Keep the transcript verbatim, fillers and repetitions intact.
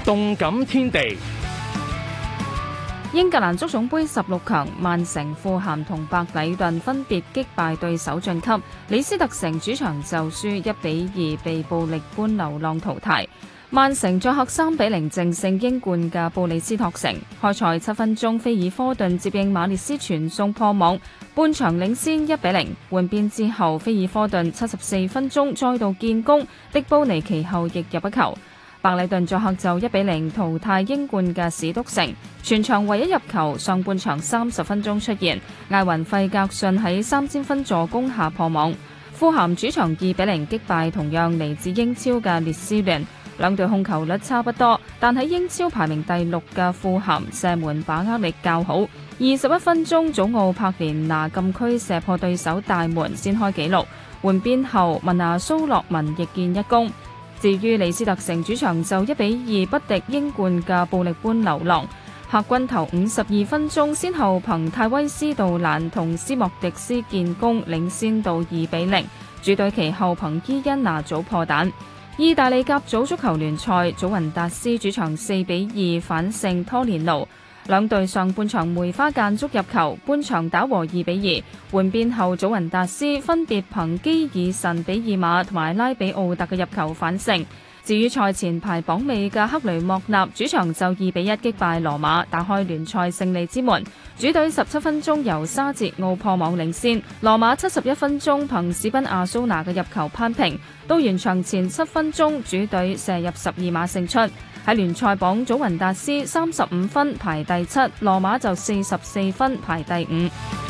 動感天地。 英格蘭足總杯十六強，曼城、富咸同白禮頓分別擊敗對手晉級，李斯特城主場就輸一比二被布力般流浪淘汰。曼城作客三比零淨勝英冠嘅布里斯托城，開賽七分鐘，菲爾科頓接應馬列斯傳送破網，半場領先一比零。換邊之後，菲爾科頓七十四分鐘再度建功，迪布尼其後亦入一球。白禮頓作客就一比零淘汰英冠嘅史篤城，全場唯一入球上半場三十分鐘出現，艾雲費格遜喺三千分助攻下破網。富咸主場二比零擊敗同樣嚟自英超嘅列斯聯，兩隊控球率差不多，但喺英超排名第六嘅富咸射門把握力較好。二十一分鐘，祖奧柏連拿禁區射破對手大門先開紀錄，換邊後文拿蘇洛文亦建一功。至於李斯特城主場就一比二不敵英冠嘅布力般流浪，客軍頭五十二分鐘先後憑泰威斯杜蘭同斯莫迪斯建功，領先到二比零。主隊其後憑伊恩拿祖破蛋。意大利甲組足球聯賽，祖雲達斯主場四比二反勝拖連奴。兩隊上半場梅花間竹入球，半場打和二比二。換邊後，祖雲達斯分別憑基爾神比爾馬同埋拉比奧特嘅入球反勝。至於賽前排榜尾嘅克雷莫納主場就二比一擊敗羅馬，打開聯賽勝利之門。主隊十七分鐘由沙捷奧破網領先，羅馬七十一分鐘憑史賓亞蘇拿嘅入球扳平。到完場前七分鐘，主隊射入十二碼勝出。喺聯賽榜，祖雲達斯三十五分排第七，羅馬就四十四分排第五。